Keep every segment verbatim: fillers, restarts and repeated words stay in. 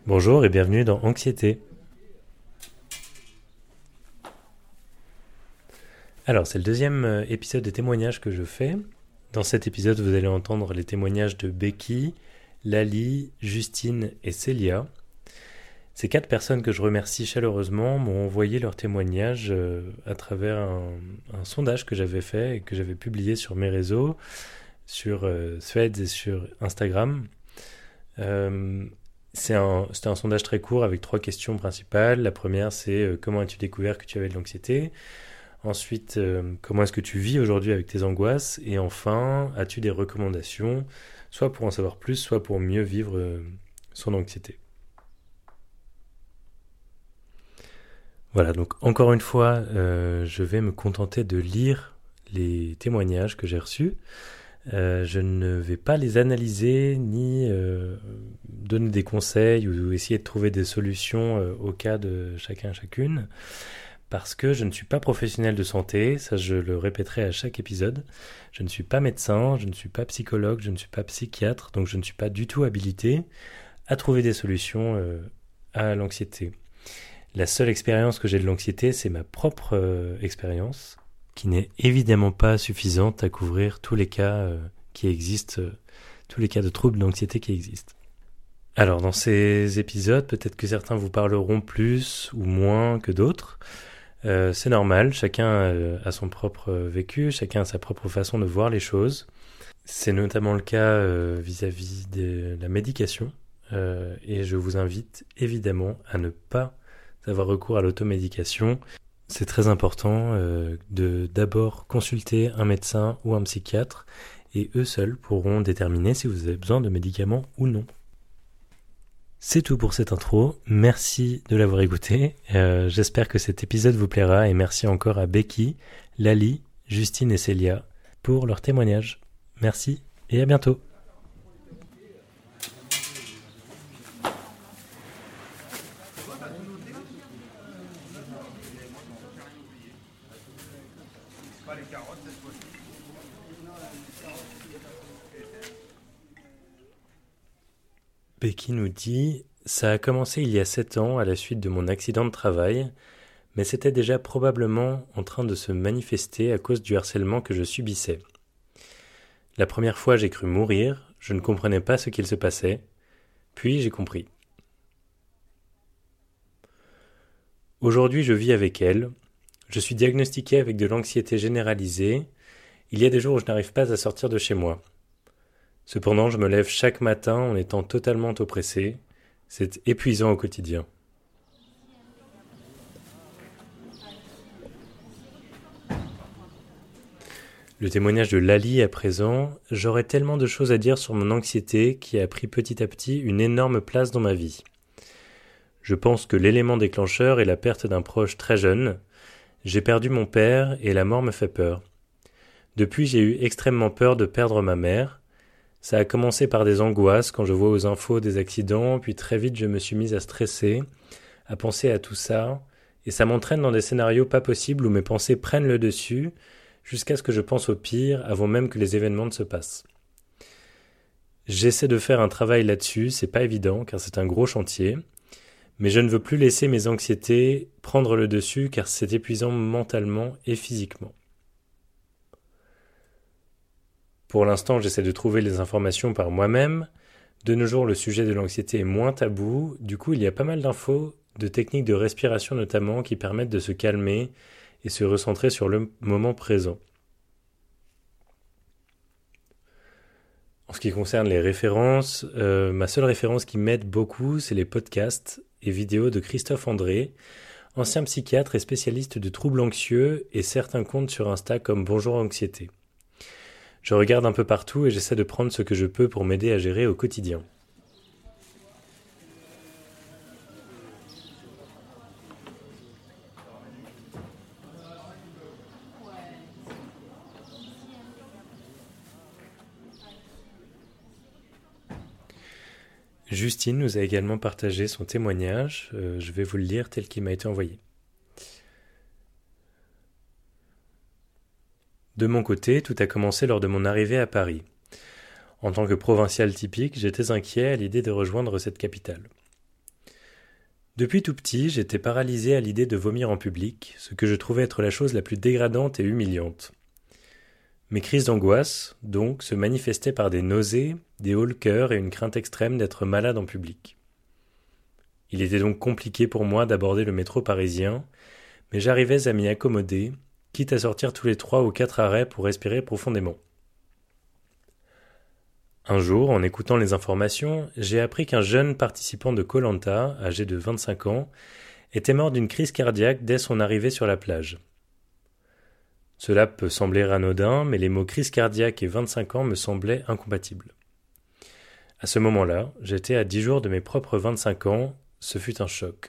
Bonjour et bienvenue dans Anxiété. Alors, c'est le deuxième euh, épisode des témoignages que je fais. Dans cet épisode, vous allez entendre les témoignages de Becky, Lali, Justine et Célia. Ces quatre personnes que je remercie chaleureusement m'ont envoyé leurs témoignages euh, à travers un, un sondage que j'avais fait et que j'avais publié sur mes réseaux, sur euh, Threads et sur Instagram. Euh, c'est un, c'était un sondage très court avec trois questions principales. La première, c'est euh, comment as-tu découvert que tu avais de l'anxiété ? Ensuite, euh, comment est-ce que tu vis aujourd'hui avec tes angoisses ? Et enfin, as-tu des recommandations, soit pour en savoir plus, soit pour mieux vivre euh, son anxiété ? Voilà, donc encore une fois, euh, je vais me contenter de lire les témoignages que j'ai reçus. Euh, je ne vais pas les analyser ni euh, donner des conseils ou essayer de trouver des solutions euh, au cas de chacun chacune. Parce que je ne suis pas professionnel de santé, ça je le répéterai à chaque épisode. Je ne suis pas médecin, je ne suis pas psychologue, je ne suis pas psychiatre, donc je ne suis pas du tout habilité à trouver des solutions euh, à l'anxiété. La seule expérience que j'ai de l'anxiété, c'est ma propre euh, expérience, qui n'est évidemment pas suffisante à couvrir tous les cas euh, qui existent, euh, tous les cas de troubles d'anxiété qui existent. Alors dans ces épisodes, peut-être que certains vous parleront plus ou moins que d'autres. Euh, c'est normal, chacun euh, a son propre vécu, chacun a sa propre façon de voir les choses. C'est notamment le cas euh, vis-à-vis de la médication. Euh, et je vous invite évidemment à ne pas avoir recours à l'automédication. C'est très important euh, de d'abord consulter un médecin ou un psychiatre et eux seuls pourront déterminer si vous avez besoin de médicaments ou non. C'est tout pour cette intro, merci de l'avoir écouté, euh, j'espère que cet épisode vous plaira et merci encore à Becky, Lali, Justine et Célia pour leurs témoignages. Merci et à bientôt. Becky nous dit « Ça a commencé il y a sept ans à la suite de mon accident de travail, mais c'était déjà probablement en train de se manifester à cause du harcèlement que je subissais. La première fois j'ai cru mourir, je ne comprenais pas ce qu'il se passait, puis j'ai compris. Aujourd'hui je vis avec elle, je suis diagnostiqué avec de l'anxiété généralisée, il y a des jours où je n'arrive pas à sortir de chez moi. Cependant, je me lève chaque matin en étant totalement oppressé. C'est épuisant au quotidien. Le témoignage de Lali à présent. J'aurais tellement de choses à dire sur mon anxiété qui a pris petit à petit une énorme place dans ma vie. Je pense que l'élément déclencheur est la perte d'un proche très jeune. J'ai perdu mon père et la mort me fait peur. Depuis, j'ai eu extrêmement peur de perdre ma mère. Ça a commencé par des angoisses quand je vois aux infos des accidents, puis très vite je me suis mise à stresser, à penser à tout ça, et ça m'entraîne dans des scénarios pas possibles où mes pensées prennent le dessus, jusqu'à ce que je pense au pire avant même que les événements ne se passent. J'essaie de faire un travail là-dessus, c'est pas évident car c'est un gros chantier, mais je ne veux plus laisser mes anxiétés prendre le dessus car c'est épuisant mentalement et physiquement. Pour l'instant, j'essaie de trouver les informations par moi-même. De nos jours, le sujet de l'anxiété est moins tabou. Du coup, il y a pas mal d'infos, de techniques de respiration notamment, qui permettent de se calmer et se recentrer sur le moment présent. En ce qui concerne les références, euh, ma seule référence qui m'aide beaucoup, c'est les podcasts et vidéos de Christophe André, ancien psychiatre et spécialiste de troubles anxieux, et certains comptes sur Insta comme Bonjour Anxiété. Je regarde un peu partout et j'essaie de prendre ce que je peux pour m'aider à gérer au quotidien. Justine nous a également partagé son témoignage. Euh, je vais vous le lire tel qu'il m'a été envoyé. De mon côté, tout a commencé lors de mon arrivée à Paris. En tant que provincial typique, j'étais inquiet à l'idée de rejoindre cette capitale. Depuis tout petit, j'étais paralysé à l'idée de vomir en public, ce que je trouvais être la chose la plus dégradante et humiliante. Mes crises d'angoisse, donc, se manifestaient par des nausées, des hauts-le-cœur et une crainte extrême d'être malade en public. Il était donc compliqué pour moi d'aborder le métro parisien, mais j'arrivais à m'y accommoder, quitte à sortir tous les trois ou quatre arrêts pour respirer profondément. Un jour, en écoutant les informations, j'ai appris qu'un jeune participant de koh lanta, âgé de vingt-cinq ans, était mort d'une crise cardiaque dès son arrivée sur la plage. Cela peut sembler anodin, mais les mots crise cardiaque et vingt-cinq ans me semblaient incompatibles. À ce moment-là, j'étais à dix jours de mes propres vingt-cinq ans, ce fut un choc.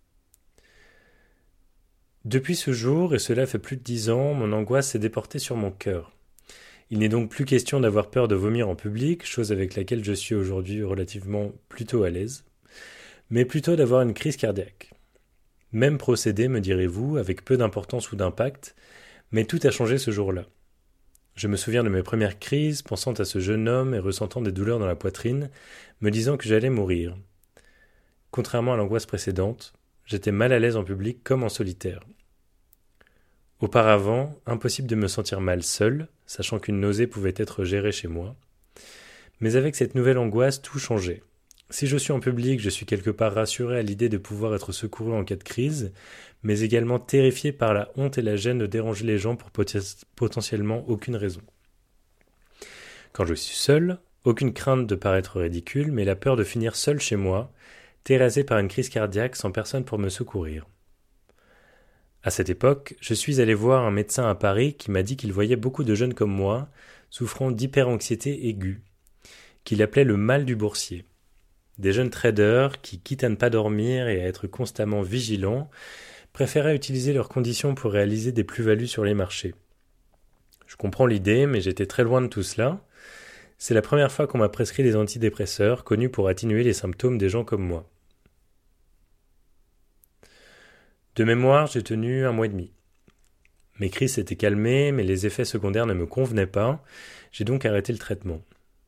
Depuis ce jour, et cela fait plus de dix ans, mon angoisse s'est déportée sur mon cœur. Il n'est donc plus question d'avoir peur de vomir en public, chose avec laquelle je suis aujourd'hui relativement plutôt à l'aise, mais plutôt d'avoir une crise cardiaque. Même procédé, me direz-vous, avec peu d'importance ou d'impact, mais tout a changé ce jour-là. Je me souviens de mes premières crises, pensant à ce jeune homme et ressentant des douleurs dans la poitrine, me disant que j'allais mourir. Contrairement à l'angoisse précédente, j'étais mal à l'aise en public comme en solitaire. Auparavant, impossible de me sentir mal seul, sachant qu'une nausée pouvait être gérée chez moi. Mais avec cette nouvelle angoisse, tout changeait. Si je suis en public, je suis quelque part rassuré à l'idée de pouvoir être secouru en cas de crise, mais également terrifié par la honte et la gêne de déranger les gens pour pot- potentiellement aucune raison. Quand je suis seul, aucune crainte de paraître ridicule, mais la peur de finir seul chez moi, terrassé par une crise cardiaque sans personne pour me secourir. À cette époque, je suis allé voir un médecin à Paris qui m'a dit qu'il voyait beaucoup de jeunes comme moi, souffrant d'hyperanxiété aiguë, qu'il appelait le mal du boursier. Des jeunes traders qui, quitte à ne pas dormir et à être constamment vigilants, préféraient utiliser leurs conditions pour réaliser des plus-values sur les marchés. Je comprends l'idée, mais j'étais très loin de tout cela. C'est la première fois qu'on m'a prescrit des antidépresseurs, connus pour atténuer les symptômes des gens comme moi. De mémoire, j'ai tenu un mois et demi. Mes crises s'étaient calmées, mais les effets secondaires ne me convenaient pas, j'ai donc arrêté le traitement.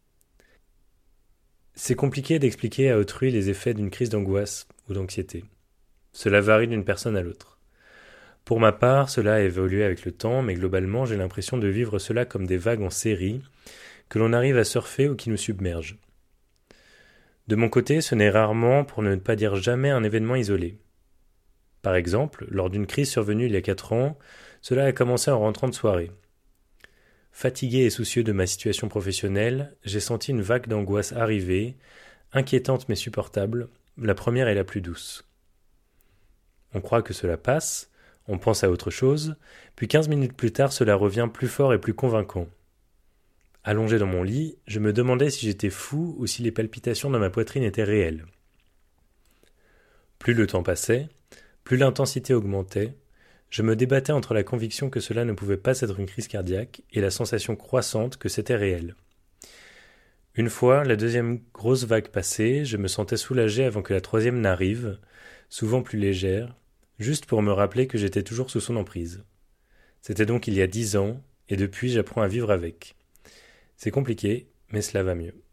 C'est compliqué d'expliquer à autrui les effets d'une crise d'angoisse ou d'anxiété. Cela varie d'une personne à l'autre. Pour ma part, cela a évolué avec le temps, mais globalement, j'ai l'impression de vivre cela comme des vagues en série, que l'on arrive à surfer ou qui nous submergent. De mon côté, ce n'est rarement, pour ne pas dire jamais, un événement isolé. Par exemple, lors d'une crise survenue il y a quatre ans, cela a commencé en rentrant de soirée. Fatigué et soucieux de ma situation professionnelle, j'ai senti une vague d'angoisse arriver, inquiétante mais supportable, la première est la plus douce. On croit que cela passe, on pense à autre chose, puis quinze minutes plus tard cela revient plus fort et plus convaincant. Allongé dans mon lit, je me demandais si j'étais fou ou si les palpitations dans ma poitrine étaient réelles. Plus le temps passait, plus l'intensité augmentait, je me débattais entre la conviction que cela ne pouvait pas être une crise cardiaque et la sensation croissante que c'était réel. Une fois la deuxième grosse vague passée, je me sentais soulagé avant que la troisième n'arrive, souvent plus légère, juste pour me rappeler que j'étais toujours sous son emprise. C'était donc il y a dix ans, et depuis j'apprends à vivre avec. C'est compliqué, mais cela va mieux.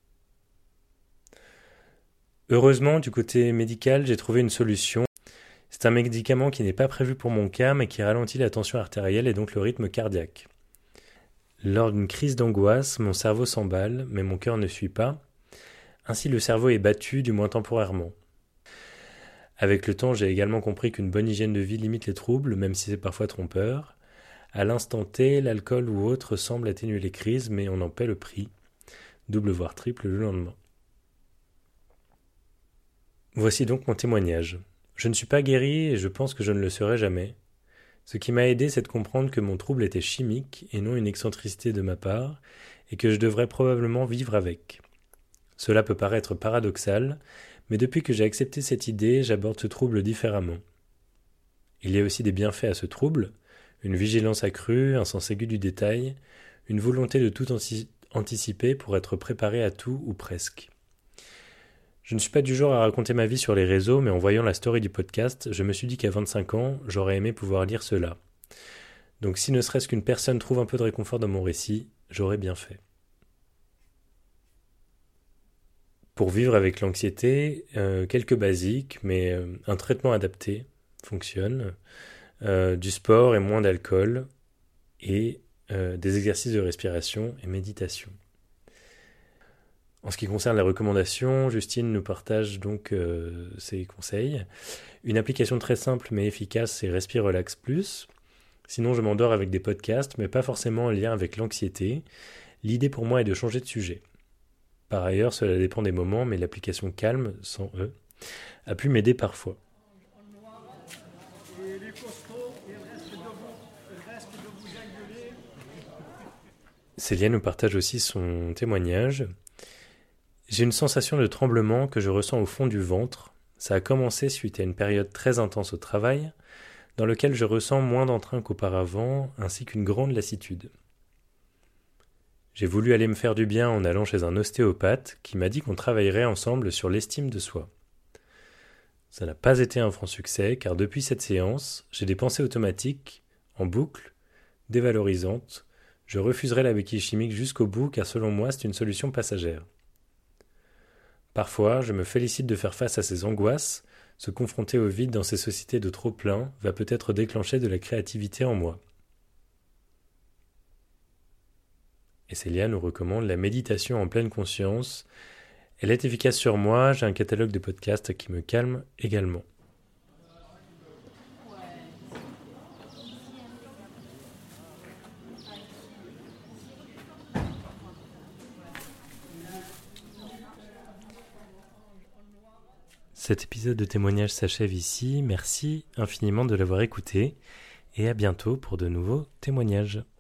Heureusement, du côté médical, j'ai trouvé une solution. C'est un médicament qui n'est pas prévu pour mon cas, mais qui ralentit la tension artérielle et donc le rythme cardiaque. Lors d'une crise d'angoisse, mon cerveau s'emballe, mais mon cœur ne suit pas. Ainsi, le cerveau est battu, du moins temporairement. Avec le temps, j'ai également compris qu'une bonne hygiène de vie limite les troubles, même si c'est parfois trompeur. À l'instant T, l'alcool ou autre semble atténuer les crises, mais on en paie le prix, double voire triple le lendemain. Voici donc mon témoignage. Je ne suis pas guéri et je pense que je ne le serai jamais. Ce qui m'a aidé, c'est de comprendre que mon trouble était chimique et non une excentricité de ma part, et que je devrais probablement vivre avec. Cela peut paraître paradoxal, mais depuis que j'ai accepté cette idée, j'aborde ce trouble différemment. Il y a aussi des bienfaits à ce trouble, une vigilance accrue, un sens aigu du détail, une volonté de tout anti- anticiper pour être préparé à tout ou presque. Je ne suis pas du genre à raconter ma vie sur les réseaux, mais en voyant la story du podcast, je me suis dit qu'à vingt-cinq ans, j'aurais aimé pouvoir lire cela. Donc si ne serait-ce qu'une personne trouve un peu de réconfort dans mon récit, j'aurais bien fait. Pour vivre avec l'anxiété, euh, quelques basiques, mais euh, un traitement adapté fonctionne, euh, du sport et moins d'alcool, et euh, des exercices de respiration et méditation. En ce qui concerne les recommandations, Justine nous partage donc euh, ses conseils. Une application très simple mais efficace, c'est Respire Relax Plus. Sinon, je m'endors avec des podcasts, mais pas forcément en lien avec l'anxiété. L'idée pour moi est de changer de sujet. Par ailleurs, cela dépend des moments, mais l'application Calme, sans E, a pu m'aider parfois. Célia nous partage aussi son témoignage. J'ai une sensation de tremblement que je ressens au fond du ventre. Ça a commencé suite à une période très intense au travail, dans lequel je ressens moins d'entrain qu'auparavant, ainsi qu'une grande lassitude. J'ai voulu aller me faire du bien en allant chez un ostéopathe qui m'a dit qu'on travaillerait ensemble sur l'estime de soi. Ça n'a pas été un franc succès, car depuis cette séance, j'ai des pensées automatiques, en boucle, dévalorisantes. Je refuserai la béquille chimique jusqu'au bout, car selon moi, c'est une solution passagère. Parfois, je me félicite de faire face à ces angoisses. Se confronter au vide dans ces sociétés de trop-plein va peut-être déclencher de la créativité en moi. Et Célia nous recommande la méditation en pleine conscience. Elle est efficace sur moi, j'ai un catalogue de podcasts qui me calme également. Cet épisode de témoignage s'achève ici. Merci infiniment de l'avoir écouté et à bientôt pour de nouveaux témoignages.